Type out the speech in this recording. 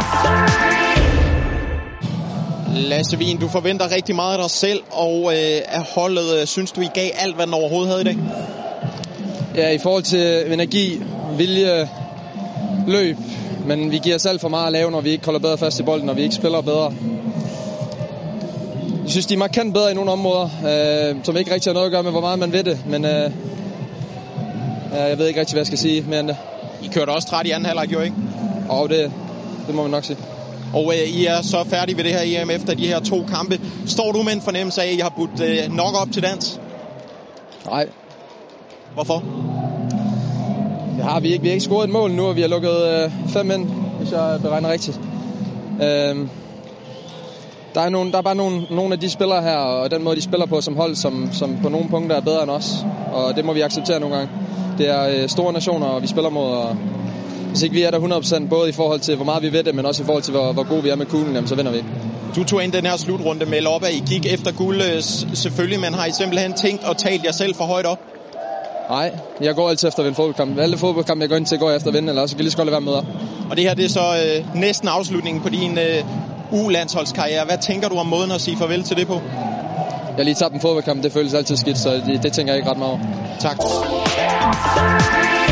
Lasse Wien, du forventer rigtig meget af dig selv og af holdet. Synes du, I gav alt, hvad den overhovedet havde i dag? Ja, i forhold til energi, vilje, løb. Men vi giver os alt for meget at lave, når vi ikke holder bedre fast i bolden, når vi ikke spiller bedre. Jeg synes, de er markant bedre i nogle områder, som ikke rigtig har noget at gøre med, hvor meget man ved det. Men jeg ved ikke rigtig, hvad jeg skal sige mere end det. I kørte også træt i anden halvleg, gjorde I ikke? Og det må man nok sige. Og I er så færdige ved det her EM efter de her 2 kampe. Står du med en fornemmelse af, at I har budt nok op til dans? Nej. Hvorfor? Det har vi ikke. Vi har ikke scoret et mål nu, og vi har lukket 5 ind, hvis jeg beregner rigtigt. Der er bare nogle af de spillere her, og den måde, de spiller på som hold, som på nogle punkter er bedre end os. Og det må vi acceptere nogle gange. Det er store nationer, vi spiller mod, og hvis ikke vi er der 100%, både i forhold til, hvor meget vi ved det, men også i forhold til, hvor gode vi er med kuglen, jamen, så vinder vi ikke. Du tog ind den her slutrunde med op, at I gik efter guld, selvfølgelig, men har I simpelthen tænkt og talt jer selv for højt op? Nej, jeg går altid efter at vinde fodboldkamp. Alle fodboldkampe, jeg går ind til, går jeg efter at vinde, eller også kan jeg lige så godt lade være med op. Og det her, det er så næsten afslutningen på din U-landsholdskarriere. Hvad tænker du om måden at sige farvel til det på? Jeg har lige tabt en fodboldkamp, det føles altid skidt, så det tænker jeg ikke ret meget over. Tak.